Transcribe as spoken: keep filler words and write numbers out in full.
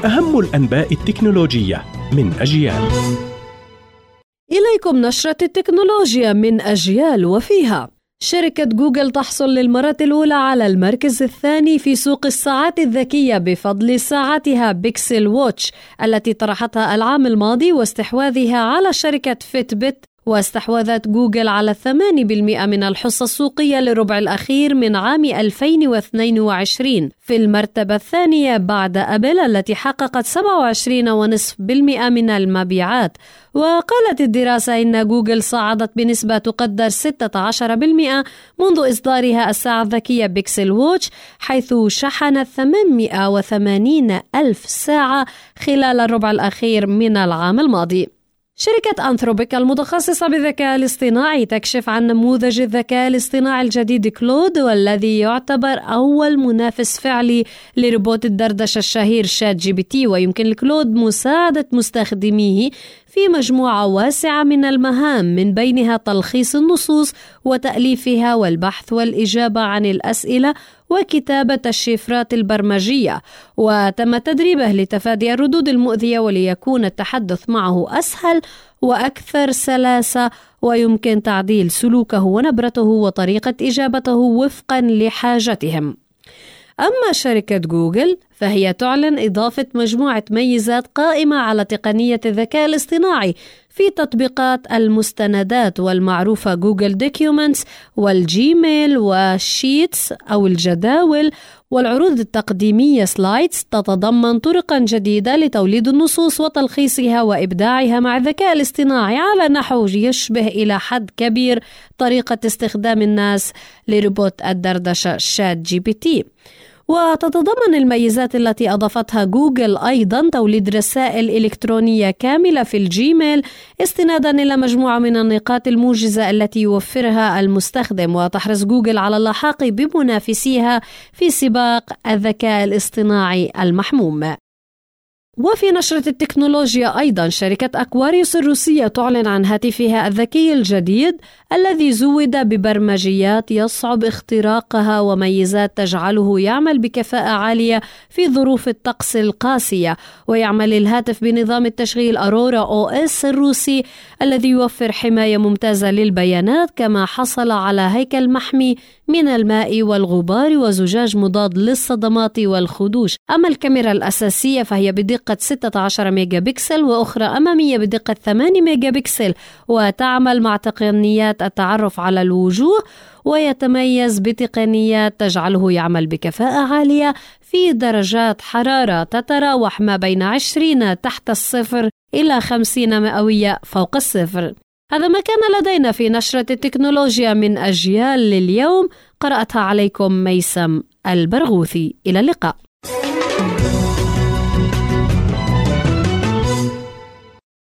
أهم الأنباء التكنولوجية من أجيال. إليكم نشرة التكنولوجيا من أجيال، وفيها شركة جوجل تحصل للمرة الأولى على المركز الثاني في سوق الساعات الذكية بفضل ساعتها بيكسل ووتش التي طرحتها العام الماضي واستحواذها على شركة فيتبت. واستحوذت جوجل على ثمانية بالمئة من الحصة السوقية للربع الأخير من عام ألفين واثنين وعشرين في المرتبة الثانية بعد أبل التي حققت سبعة وعشرين فاصلة خمسة بالمئة من المبيعات. وقالت الدراسة إن جوجل صعدت بنسبة تقدر ستة عشر بالمئة منذ إصدارها الساعة الذكية بيكسل ووتش، حيث شحنت ثمانمئة وثمانين ألف ساعة خلال الربع الأخير من العام الماضي. شركة أنثروبيك المتخصصة بالذكاء الاصطناعي تكشف عن نموذج الذكاء الاصطناعي الجديد كلود، والذي يعتبر أول منافس فعلي لروبوت الدردشة الشهير شات جي بي تي. ويمكن لكلود مساعدة مستخدميه في مجموعة واسعة من المهام، من بينها تلخيص النصوص وتأليفها والبحث والإجابة عن الأسئلة وكتابة الشفرات البرمجية. وتم تدريبه لتفادي الردود المؤذية وليكون التحدث معه أسهل وأكثر سلاسة، ويمكن تعديل سلوكه ونبرته وطريقة إجابته وفقا لحاجتهم. أما شركة جوجل فهي تعلن إضافة مجموعة ميزات قائمة على تقنية الذكاء الاصطناعي في تطبيقات المستندات والمعروفة جوجل دوكيومنتس والجيميل والشيتس أو الجداول، والعروض التقديمية سلايدز تتضمن طرقا جديدة لتوليد النصوص وتلخيصها وإبداعها مع الذكاء الاصطناعي على نحو يشبه إلى حد كبير طريقة استخدام الناس لروبوت الدردشة شات جي بي تي. وتتضمن الميزات التي أضافتها جوجل أيضا توليد رسائل إلكترونية كاملة في الجيميل استنادا إلى مجموعة من النقاط الموجزة التي يوفرها المستخدم. وتحرص جوجل على اللحاق بمنافسيها في سباق الذكاء الاصطناعي المحموم. وفي نشرة التكنولوجيا أيضا شركة أكواريوس الروسية تعلن عن هاتفها الذكي الجديد الذي زود ببرمجيات يصعب اختراقها وميزات تجعله يعمل بكفاءة عالية في ظروف الطقس القاسية. ويعمل الهاتف بنظام التشغيل أرورا أو إس الروسي الذي يوفر حماية ممتازة للبيانات، كما حصل على هيكل محمي من الماء والغبار وزجاج مضاد للصدمات والخدوش. أما الكاميرا الأساسية فهي بدقة ستة عشر ميجا بكسل وأخرى أمامية بدقة ثمانية ميجا بكسل، وتعمل مع تقنيات التعرف على الوجوه، ويتميز بتقنيات تجعله يعمل بكفاءة عالية في درجات حرارة تتراوح ما بين عشرين تحت الصفر إلى خمسين مئوية فوق الصفر. هذا ما كان لدينا في نشرة التكنولوجيا من أجيال لليوم، قرأتها عليكم ميسم البرغوثي. إلى اللقاء.